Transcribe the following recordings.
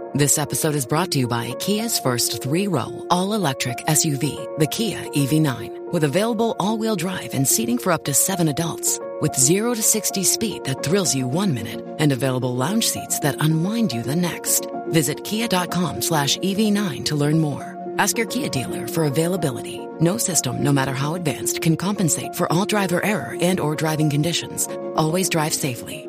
This episode is brought to you by Kia's first three-row, all-electric SUV, the Kia EV9, with available all-wheel drive and seating for up to 7 adults, with 0 to 60 speed that thrills you 1 minute and available lounge seats that unwind you the next. Visit kia.com/EV9 to learn more. Ask your Kia dealer for availability. No system, no matter how advanced, can compensate for all driver error and or driving conditions. Always drive safely.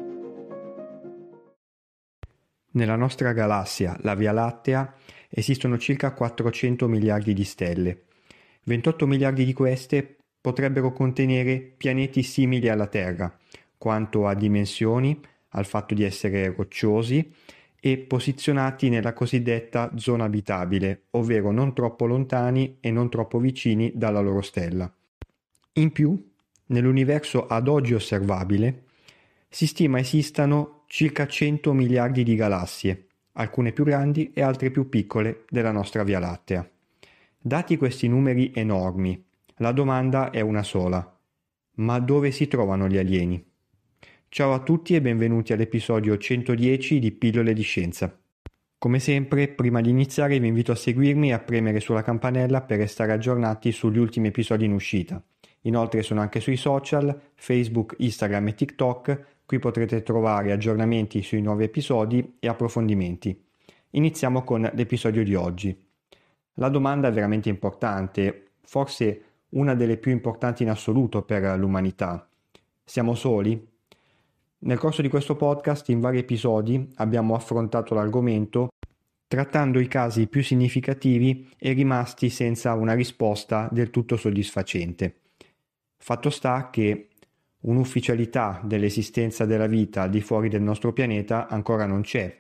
Nella nostra galassia, la Via Lattea, esistono circa 400 miliardi di stelle. 28 miliardi di queste potrebbero contenere pianeti simili alla Terra, quanto a dimensioni, al fatto di essere rocciosi e posizionati nella cosiddetta zona abitabile, ovvero non troppo lontani e non troppo vicini dalla loro stella. In più, nell'universo ad oggi osservabile, si stima esistano circa 100 miliardi di galassie, alcune più grandi e altre più piccole della nostra Via Lattea. Dati questi numeri enormi, la domanda è una sola: ma dove si trovano gli alieni? Ciao a tutti e benvenuti all'episodio 110 di Pillole di Scienza. Come sempre, prima di iniziare vi invito a seguirmi e a premere sulla campanella per restare aggiornati sugli ultimi episodi in uscita. Inoltre sono anche sui social, Facebook, Instagram e TikTok. Qui potrete trovare aggiornamenti sui nuovi episodi e approfondimenti. Iniziamo con l'episodio di oggi. La domanda è veramente importante, forse una delle più importanti in assoluto per l'umanità. Siamo soli? Nel corso di questo podcast, in vari episodi, abbiamo affrontato l'argomento trattando i casi più significativi e rimasti senza una risposta del tutto soddisfacente. Fatto sta che un'ufficialità dell'esistenza della vita al di fuori del nostro pianeta ancora non c'è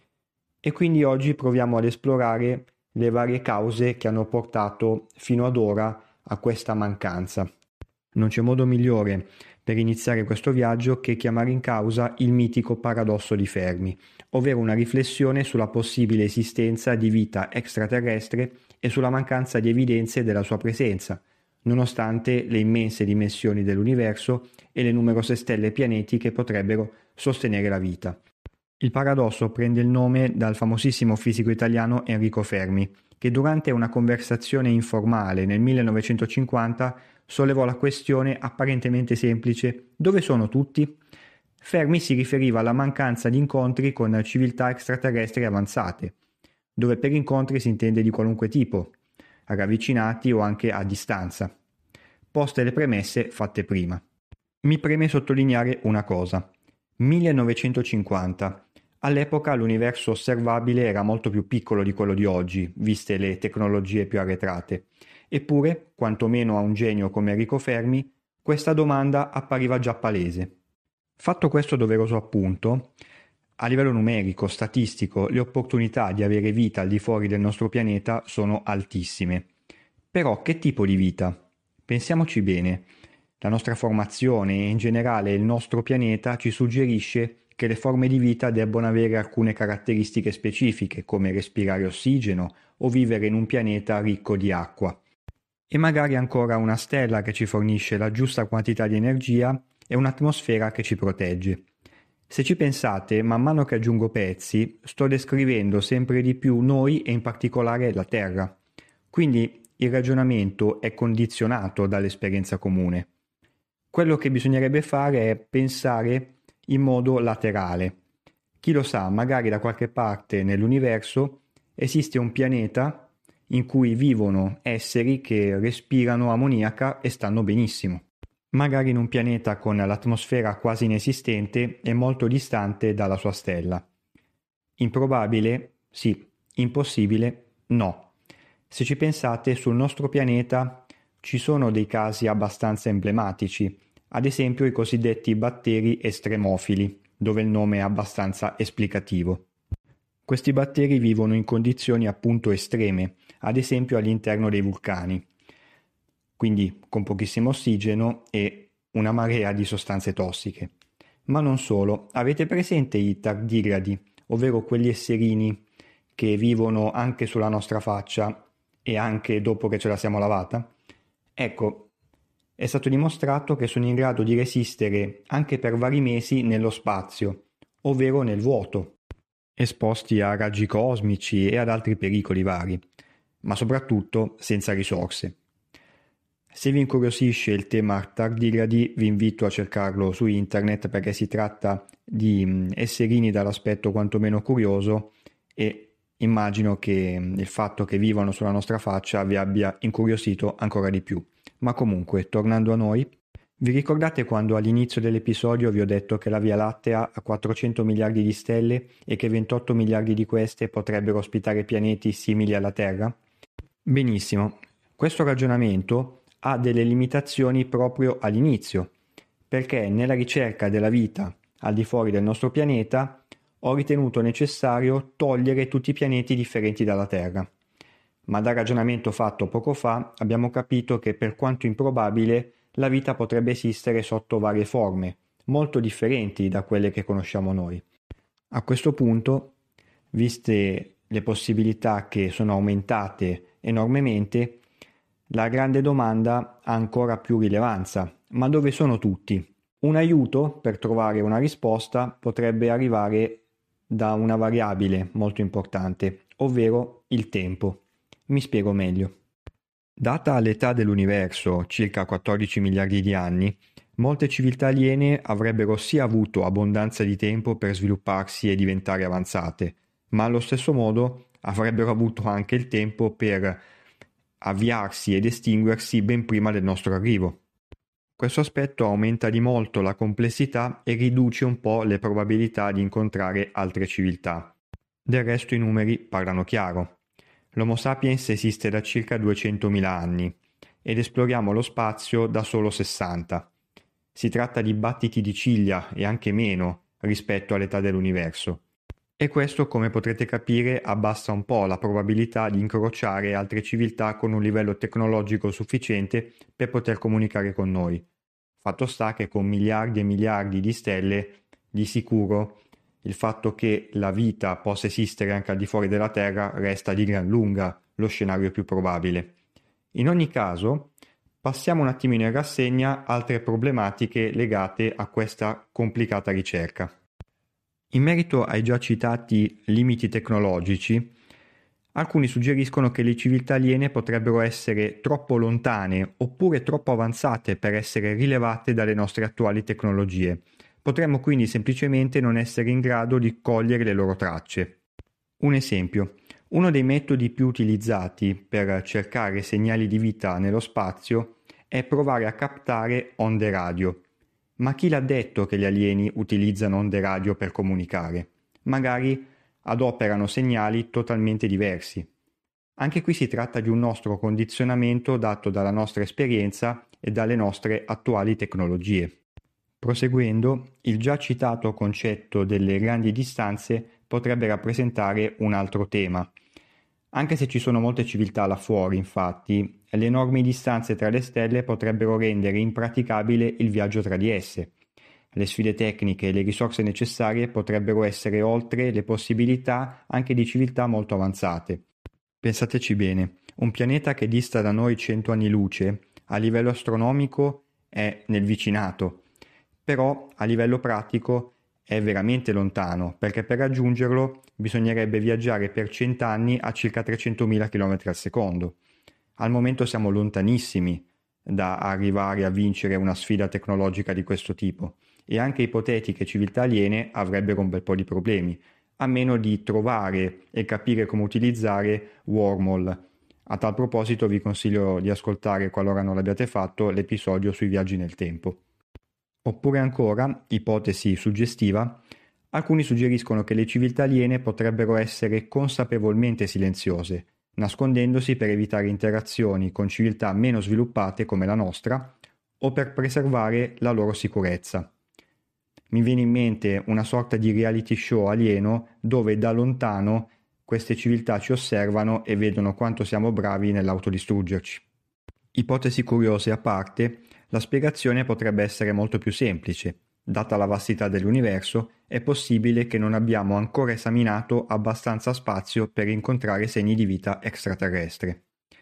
e quindi oggi proviamo ad esplorare le varie cause che hanno portato fino ad ora a questa mancanza. Non c'è modo migliore per iniziare questo viaggio che chiamare in causa il mitico paradosso di Fermi, ovvero una riflessione sulla possibile esistenza di vita extraterrestre e sulla mancanza di evidenze della sua presenza, nonostante le immense dimensioni dell'universo e le numerose stelle e pianeti che potrebbero sostenere la vita. Il paradosso prende il nome dal famosissimo fisico italiano Enrico Fermi, che durante una conversazione informale nel 1950 sollevò la questione apparentemente semplice: dove sono tutti? Fermi si riferiva alla mancanza di incontri con civiltà extraterrestri avanzate, dove per incontri si intende di qualunque tipo, ravvicinati o anche a distanza. Poste le premesse fatte prima. Mi preme sottolineare una cosa. 1950. All'epoca l'universo osservabile era molto più piccolo di quello di oggi, viste le tecnologie più arretrate. Eppure, quantomeno a un genio come Enrico Fermi, questa domanda appariva già palese. Fatto questo doveroso appunto, a livello numerico, statistico, le opportunità di avere vita al di fuori del nostro pianeta sono altissime. Però che tipo di vita? Pensiamoci bene. La nostra formazione e in generale il nostro pianeta ci suggerisce che le forme di vita debbono avere alcune caratteristiche specifiche, come respirare ossigeno o vivere in un pianeta ricco di acqua. E magari ancora una stella che ci fornisce la giusta quantità di energia e un'atmosfera che ci protegge. Se ci pensate, man mano che aggiungo pezzi, sto descrivendo sempre di più noi e in particolare la Terra. Quindi il ragionamento è condizionato dall'esperienza comune. Quello che bisognerebbe fare è pensare in modo laterale. Chi lo sa, magari da qualche parte nell'universo esiste un pianeta in cui vivono esseri che respirano ammoniaca e stanno benissimo. Magari in un pianeta con l'atmosfera quasi inesistente e molto distante dalla sua stella. Improbabile? Sì. Impossibile? No. Se ci pensate, sul nostro pianeta ci sono dei casi abbastanza emblematici, ad esempio i cosiddetti batteri estremofili, dove il nome è abbastanza esplicativo. Questi batteri vivono in condizioni appunto estreme, ad esempio all'interno dei vulcani, quindi con pochissimo ossigeno e una marea di sostanze tossiche. Ma non solo, avete presente i tardigradi, ovvero quegli esserini che vivono anche sulla nostra faccia e anche dopo che ce la siamo lavata? Ecco, è stato dimostrato che sono in grado di resistere anche per vari mesi nello spazio, ovvero nel vuoto. esposti a raggi cosmici e ad altri pericoli vari, ma soprattutto senza risorse. Se vi incuriosisce il tema tardigradi, vi invito a cercarlo su internet perché si tratta di esserini dall'aspetto quantomeno curioso e immagino che il fatto che vivano sulla nostra faccia vi abbia incuriosito ancora di più. Ma comunque, tornando a noi, vi ricordate quando all'inizio dell'episodio vi ho detto che la Via Lattea ha 400 miliardi di stelle e che 28 miliardi di queste potrebbero ospitare pianeti simili alla Terra? Benissimo, questo ragionamento ha delle limitazioni proprio all'inizio, perché nella ricerca della vita al di fuori del nostro pianeta ho ritenuto necessario togliere tutti i pianeti differenti dalla Terra. Ma dal ragionamento fatto poco fa abbiamo capito che per quanto improbabile la vita potrebbe esistere sotto varie forme, molto differenti da quelle che conosciamo noi. A questo punto, viste le possibilità che sono aumentate enormemente, la grande domanda ha ancora più rilevanza. Ma dove sono tutti? Un aiuto per trovare una risposta potrebbe arrivare da una variabile molto importante, ovvero il tempo. Mi spiego meglio. Data l'età dell'universo, circa 14 miliardi di anni, molte civiltà aliene avrebbero sì avuto abbondanza di tempo per svilupparsi e diventare avanzate, ma allo stesso modo avrebbero avuto anche il tempo per avviarsi ed estinguersi ben prima del nostro arrivo. Questo aspetto aumenta di molto la complessità e riduce un po' le probabilità di incontrare altre civiltà. Del resto i numeri parlano chiaro. L'Homo sapiens esiste da circa 200.000 anni ed esploriamo lo spazio da solo 60. Si tratta di battiti di ciglia e anche meno rispetto all'età dell'universo. E questo, come potrete capire, abbassa un po' la probabilità di incrociare altre civiltà con un livello tecnologico sufficiente per poter comunicare con noi. Fatto sta che con miliardi e miliardi di stelle, di sicuro, il fatto che la vita possa esistere anche al di fuori della Terra resta di gran lunga lo scenario più probabile. In ogni caso, passiamo un attimino in rassegna altre problematiche legate a questa complicata ricerca. In merito ai già citati limiti tecnologici, alcuni suggeriscono che le civiltà aliene potrebbero essere troppo lontane oppure troppo avanzate per essere rilevate dalle nostre attuali tecnologie. Potremmo quindi semplicemente non essere in grado di cogliere le loro tracce. Un esempio: uno dei metodi più utilizzati per cercare segnali di vita nello spazio è provare a captare onde radio. Ma chi l'ha detto che gli alieni utilizzano onde radio per comunicare? Magari adoperano segnali totalmente diversi. Anche qui si tratta di un nostro condizionamento dato dalla nostra esperienza e dalle nostre attuali tecnologie. Proseguendo, il già citato concetto delle grandi distanze potrebbe rappresentare un altro tema. Anche se ci sono molte civiltà là fuori, infatti, le enormi distanze tra le stelle potrebbero rendere impraticabile il viaggio tra di esse. Le sfide tecniche e le risorse necessarie potrebbero essere oltre le possibilità anche di civiltà molto avanzate. Pensateci bene, un pianeta che dista da noi 100 anni luce, a livello astronomico è nel vicinato, però a livello pratico è veramente lontano, perché per raggiungerlo bisognerebbe viaggiare per 100 anni a circa 300.000 km al secondo. Al momento siamo lontanissimi da arrivare a vincere una sfida tecnologica di questo tipo, e anche ipotetiche civiltà aliene avrebbero un bel po' di problemi, a meno di trovare e capire come utilizzare wormhole. A tal proposito vi consiglio di ascoltare, qualora non l'abbiate fatto, l'episodio sui viaggi nel tempo. Oppure ancora, ipotesi suggestiva, alcuni suggeriscono che le civiltà aliene potrebbero essere consapevolmente silenziose, nascondendosi per evitare interazioni con civiltà meno sviluppate come la nostra o per preservare la loro sicurezza. Mi viene in mente una sorta di reality show alieno dove da lontano queste civiltà ci osservano e vedono quanto siamo bravi nell'autodistruggerci. Ipotesi curiose a parte, la spiegazione potrebbe essere molto più semplice. Data la vastità dell'universo, è possibile che non abbiamo ancora esaminato abbastanza spazio per incontrare segni di vita extraterrestre.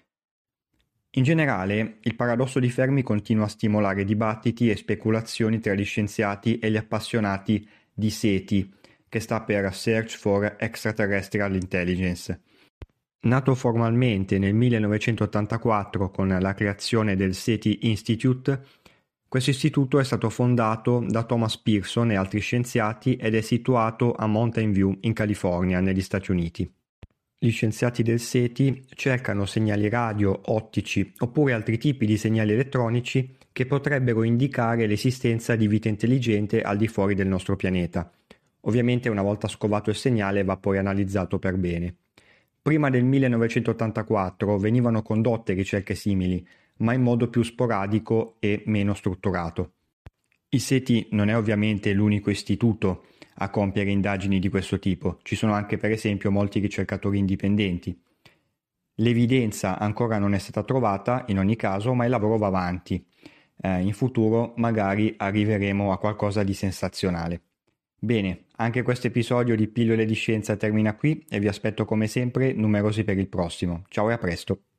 In generale, il paradosso di Fermi continua a stimolare dibattiti e speculazioni tra gli scienziati e gli appassionati di SETI, che sta per Search for Extraterrestrial Intelligence. Nato formalmente nel 1984 con la creazione del SETI Institute, questo istituto è stato fondato da Thomas Pearson e altri scienziati ed è situato a Mountain View in California, negli Stati Uniti. Gli scienziati del SETI cercano segnali radio, ottici oppure altri tipi di segnali elettronici che potrebbero indicare l'esistenza di vita intelligente al di fuori del nostro pianeta. Ovviamente una volta scovato il segnale va poi analizzato per bene. Prima del 1984 venivano condotte ricerche simili, ma in modo più sporadico e meno strutturato. Il SETI non è ovviamente l'unico istituto a compiere indagini di questo tipo, ci sono anche per esempio molti ricercatori indipendenti. L'evidenza ancora non è stata trovata in ogni caso, ma il lavoro va avanti. In futuro magari arriveremo a qualcosa di sensazionale. Bene, anche questo episodio di Pillole di Scienza termina qui e vi aspetto come sempre numerosi per il prossimo. Ciao e a presto!